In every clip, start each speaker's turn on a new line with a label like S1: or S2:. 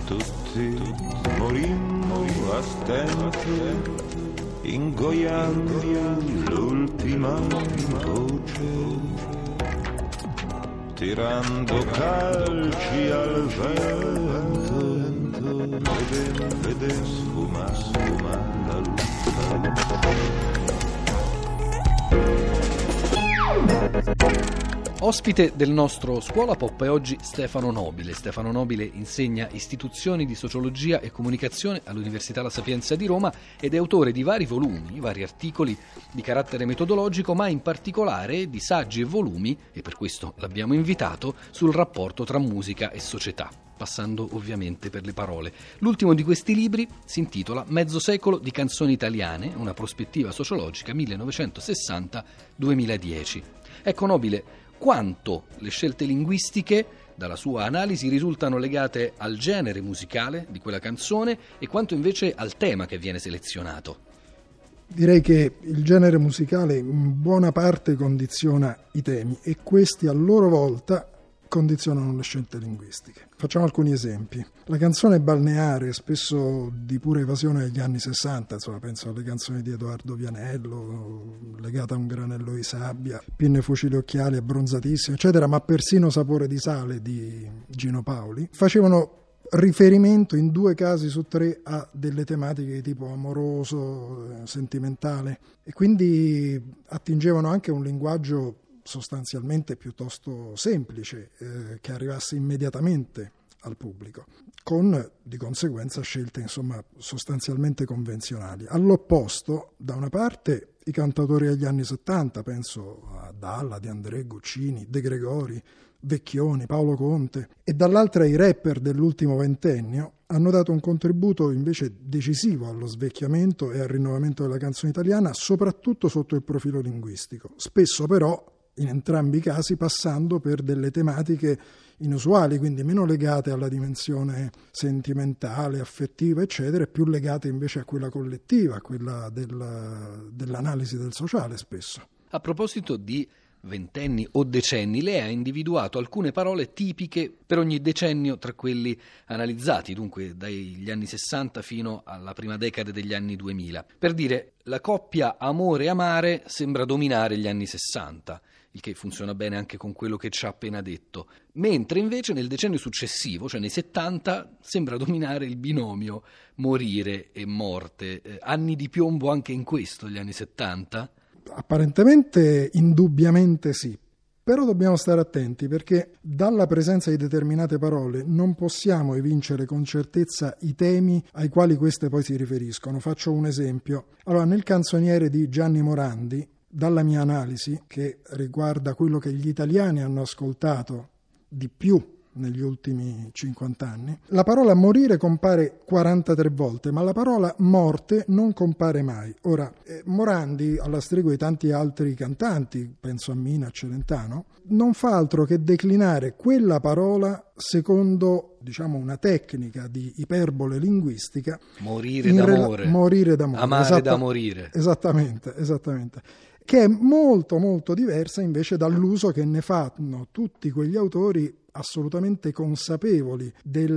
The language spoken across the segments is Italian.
S1: Tutti morimmo a stento, ingoiando l'ultima voce, tirando calci al vento, vede sfuma la luce.
S2: Ospite del nostro Scuola Pop è oggi Stefano Nobile. Stefano Nobile insegna istituzioni di sociologia e comunicazione all'Università La Sapienza di Roma ed è autore di vari volumi, vari articoli di carattere metodologico, ma in particolare di saggi e volumi, e per questo l'abbiamo invitato, sul rapporto tra musica e società, passando ovviamente per le parole. L'ultimo di questi libri si intitola Mezzo secolo di canzoni italiane, una prospettiva sociologica 1960-2010. Ecco Nobile, quanto le scelte linguistiche dalla sua analisi risultano legate al genere musicale di quella canzone e quanto invece al tema che viene selezionato.
S3: Direi che il genere musicale in buona parte condiziona i temi e questi a loro volta condizionano le scelte linguistiche. Facciamo alcuni esempi. La canzone balneare, spesso di pura evasione degli anni 60, insomma, penso alle canzoni di Edoardo Vianello, Legata a un granello di sabbia, Pinne fucili occhiali, Abbronzatissimo, eccetera, ma persino Sapore di sale di Gino Paoli, facevano riferimento in 2 casi su 3 a delle tematiche di tipo amoroso, sentimentale, e quindi attingevano anche a un linguaggio sostanzialmente piuttosto semplice, che arrivasse immediatamente al pubblico, con di conseguenza scelte insomma sostanzialmente convenzionali. All'opposto, da una parte i cantatori degli anni 70, penso a Dalla, De André, Guccini, De Gregori, Vecchioni, Paolo Conte, e dall'altra i rapper dell'ultimo ventennio hanno dato un contributo invece decisivo allo svecchiamento e al rinnovamento della canzone italiana, soprattutto sotto il profilo linguistico, spesso però in entrambi i casi passando per delle tematiche inusuali, quindi meno legate alla dimensione sentimentale, affettiva, eccetera, e più legate invece a quella collettiva, a quella dell'analisi del sociale spesso.
S2: A proposito di ventenni o decenni, lei ha individuato alcune parole tipiche per ogni decennio tra quelli analizzati, dunque dagli anni 60 fino alla prima decade degli anni 2000. Per dire, la coppia amore-amare sembra dominare gli anni 60, il che funziona bene anche con quello che ci ha appena detto, mentre invece nel decennio successivo, cioè nei 70, sembra dominare il binomio morire e morte. Anni di piombo anche in questo, gli anni 70?
S3: Apparentemente, indubbiamente sì, però dobbiamo stare attenti perché dalla presenza di determinate parole non possiamo evincere con certezza i temi ai quali queste poi si riferiscono. Faccio un esempio. Allora, nel canzoniere di Gianni Morandi, dalla mia analisi, che riguarda quello che gli italiani hanno ascoltato di più negli ultimi 50 anni, la parola morire compare 43 volte, ma la parola morte non compare mai. Ora, Morandi, alla stregua di tanti altri cantanti, penso a Mina, a Celentano, non fa altro che declinare quella parola secondo, diciamo, una tecnica di iperbole linguistica.
S2: Morire d'amore.
S3: Morire d'amore.
S2: Amare da morire.
S3: Esattamente. Che è molto molto diversa invece dall'uso che ne fanno tutti quegli autori assolutamente consapevoli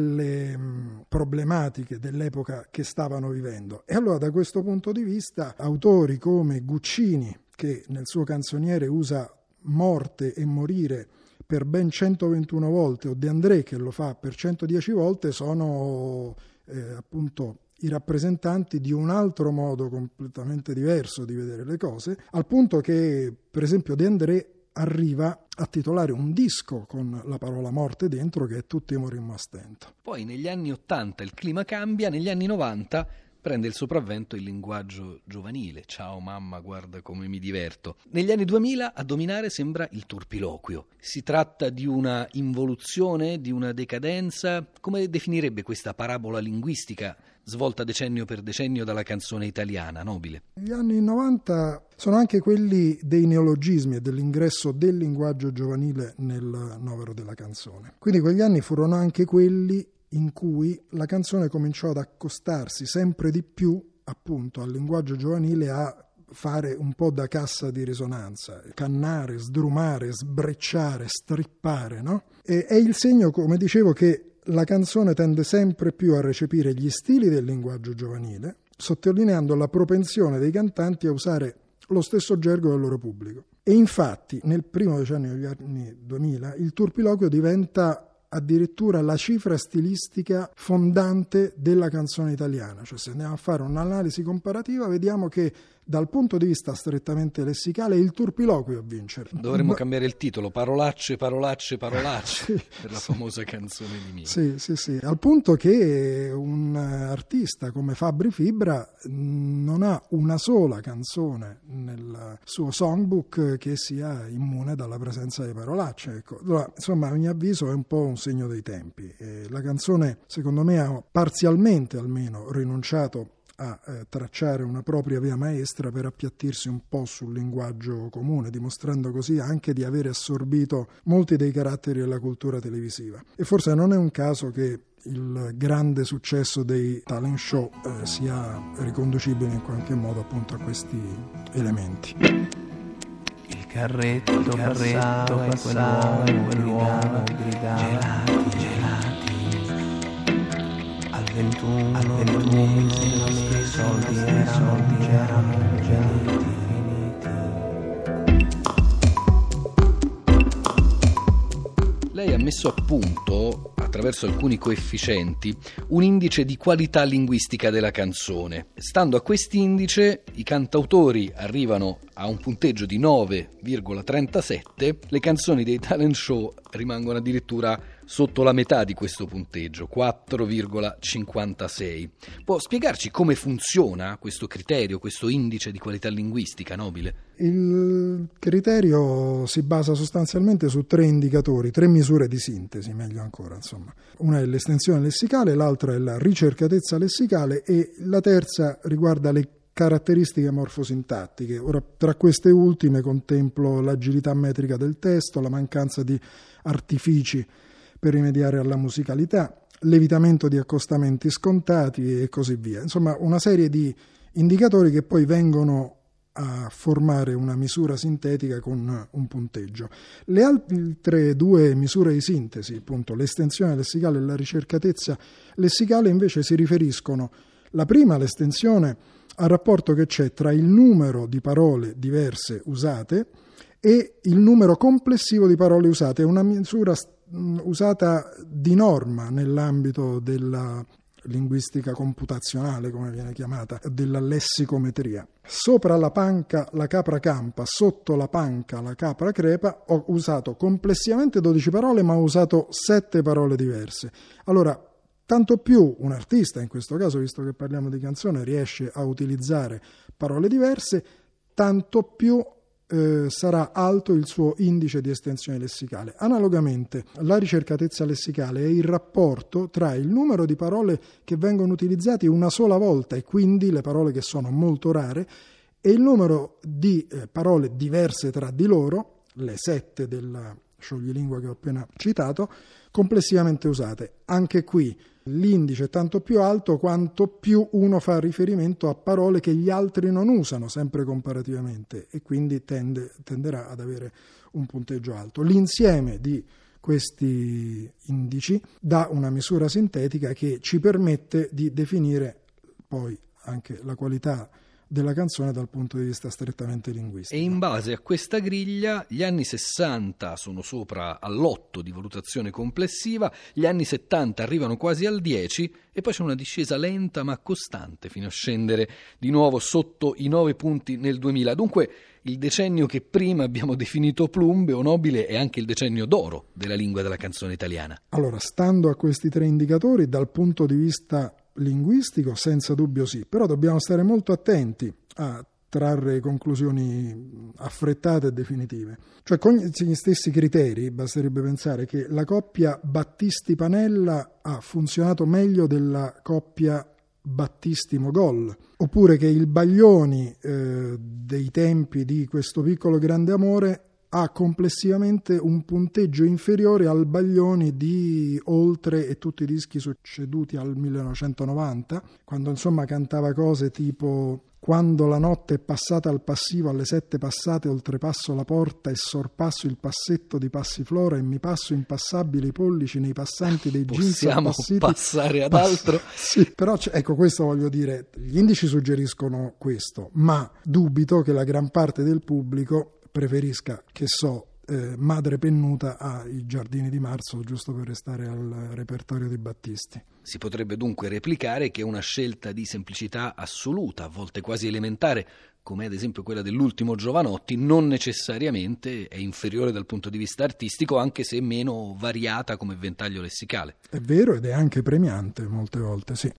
S3: delle problematiche dell'epoca che stavano vivendo. E allora, da questo punto di vista, autori come Guccini, che nel suo canzoniere usa morte e morire per ben 121 volte, o De André che lo fa per 110 volte, sono appunto i rappresentanti di un altro modo completamente diverso di vedere le cose, al punto che, per esempio, De André arriva a titolare un disco con la parola morte dentro, che è Tutti morimmo a stento.
S2: Poi negli anni 80 il clima cambia, negli anni 90 prende il sopravvento il linguaggio giovanile. Ciao mamma, guarda come mi diverto. Negli anni 2000 a dominare sembra il turpiloquio. Si tratta di una involuzione, di una decadenza? Come definirebbe questa parabola linguistica svolta decennio per decennio dalla canzone italiana, Nobile?
S3: Gli anni 90 sono anche quelli dei neologismi e dell'ingresso del linguaggio giovanile nel novero della canzone. Quindi quegli anni furono anche quelli in cui la canzone cominciò ad accostarsi sempre di più appunto al linguaggio giovanile, a fare un po' da cassa di risonanza, cannare, sdrumare, sbrecciare, strippare, no? E è il segno, come dicevo, che la canzone tende sempre più a recepire gli stili del linguaggio giovanile, sottolineando la propensione dei cantanti a usare lo stesso gergo del loro pubblico. E infatti nel primo decennio degli anni 2000 il turpiloquio diventa addirittura la cifra stilistica fondante della canzone italiana. Cioè, se andiamo a fare un'analisi comparativa, vediamo che dal punto di vista strettamente lessicale è il turpiloquio a vincere.
S2: Dovremmo cambiare il titolo: Parolacce, parolacce, parolacce, sì, per la famosa canzone di Mina.
S3: Sì, al punto che un artista come Fabri Fibra non ha una sola canzone nel suo songbook che sia immune dalla presenza di parolacce. Ecco. Allora, insomma, a mio avviso è un po' un segno dei tempi. La canzone, secondo me, ha parzialmente almeno rinunciato a tracciare una propria via maestra per appiattirsi un po' sul linguaggio comune, dimostrando così anche di aver assorbito molti dei caratteri della cultura televisiva. E forse non è un caso che il grande successo dei talent show sia riconducibile in qualche modo appunto a questi elementi.
S4: Il carretto passava e quell'uomo gridava gelati. Al 21 i nostri soldi erano finiti.
S2: Lei ha messo a punto, attraverso alcuni coefficienti, un indice di qualità linguistica della canzone. Stando a quest'indice, i cantautori arrivano a un punteggio di 9,37, le canzoni dei talent show rimangono addirittura sotto la metà di questo punteggio, 4,56. Può spiegarci come funziona questo criterio, questo indice di qualità linguistica, Nobile?
S3: Il criterio si basa sostanzialmente su 3 indicatori, 3 misure di sintesi, meglio ancora, insomma. Una è l'estensione lessicale, l'altra è la ricercatezza lessicale e la terza riguarda le caratteristiche morfosintattiche. Ora, tra queste ultime contemplo l'agilità metrica del testo, la mancanza di artifici per rimediare alla musicalità, l'evitamento di accostamenti scontati e così via. Insomma, una serie di indicatori che poi vengono a formare una misura sintetica con un punteggio. Le altre 2 misure di sintesi, appunto l'estensione lessicale e la ricercatezza lessicale, invece si riferiscono, la prima, l'estensione, al rapporto che c'è tra il numero di parole diverse usate e il numero complessivo di parole usate. È una misura usata di norma nell'ambito della linguistica computazionale, come viene chiamata, della lessicometria. Sopra la panca la capra campa, sotto la panca la capra crepa. Ho usato complessivamente 12 parole, ma ho usato 7 parole diverse. Allora, tanto più un artista, in questo caso, visto che parliamo di canzone, riesce a utilizzare parole diverse, tanto più sarà alto il suo indice di estensione lessicale. Analogamente, la ricercatezza lessicale è il rapporto tra il numero di parole che vengono utilizzate una sola volta, e quindi le parole che sono molto rare, e il numero di parole diverse tra di loro, le 7 della scioglilingua che ho appena citato, complessivamente usate. Anche qui l'indice è tanto più alto quanto più uno fa riferimento a parole che gli altri non usano, sempre comparativamente, e quindi tenderà ad avere un punteggio alto. L'insieme di questi indici dà una misura sintetica che ci permette di definire poi anche la qualità della canzone dal punto di vista strettamente linguistico.
S2: E in base a questa griglia gli anni 60 sono sopra all'8 di valutazione complessiva, gli anni 70 arrivano quasi al 10 e poi c'è una discesa lenta ma costante fino a scendere di nuovo sotto i 9 punti nel 2000. Dunque il decennio che prima abbiamo definito plumbeo, Nobile, è anche il decennio d'oro della lingua della canzone italiana.
S3: Allora, stando a questi 3 indicatori, dal punto di vista linguistico senza dubbio sì, però dobbiamo stare molto attenti a trarre conclusioni affrettate e definitive. Cioè, con gli stessi criteri basterebbe pensare che la coppia Battisti-Panella ha funzionato meglio della coppia Battisti-Mogol, oppure che il Baglioni dei tempi di Questo piccolo grande amore ha complessivamente un punteggio inferiore al Baglioni di Oltre e tutti i dischi succeduti al 1990, quando insomma cantava cose tipo Quando la notte è passata al passivo, alle 7 passate oltrepasso la porta e sorpasso il passetto di Passiflora e mi passo impassabili i pollici nei passanti dei jeans
S2: Possiamo
S3: appassiti.
S2: passare ad altro?
S3: Sì, però ecco, questo voglio dire, gli indici suggeriscono questo, ma dubito che la gran parte del pubblico preferisca, che so, Madre Pennuta ai Giardini di Marzo, giusto per restare al repertorio di Battisti.
S2: Si potrebbe dunque replicare che una scelta di semplicità assoluta, a volte quasi elementare, come ad esempio quella dell'ultimo Jovanotti, non necessariamente è inferiore dal punto di vista artistico, anche se meno variata come ventaglio lessicale.
S3: È vero, ed è anche premiante molte volte, sì.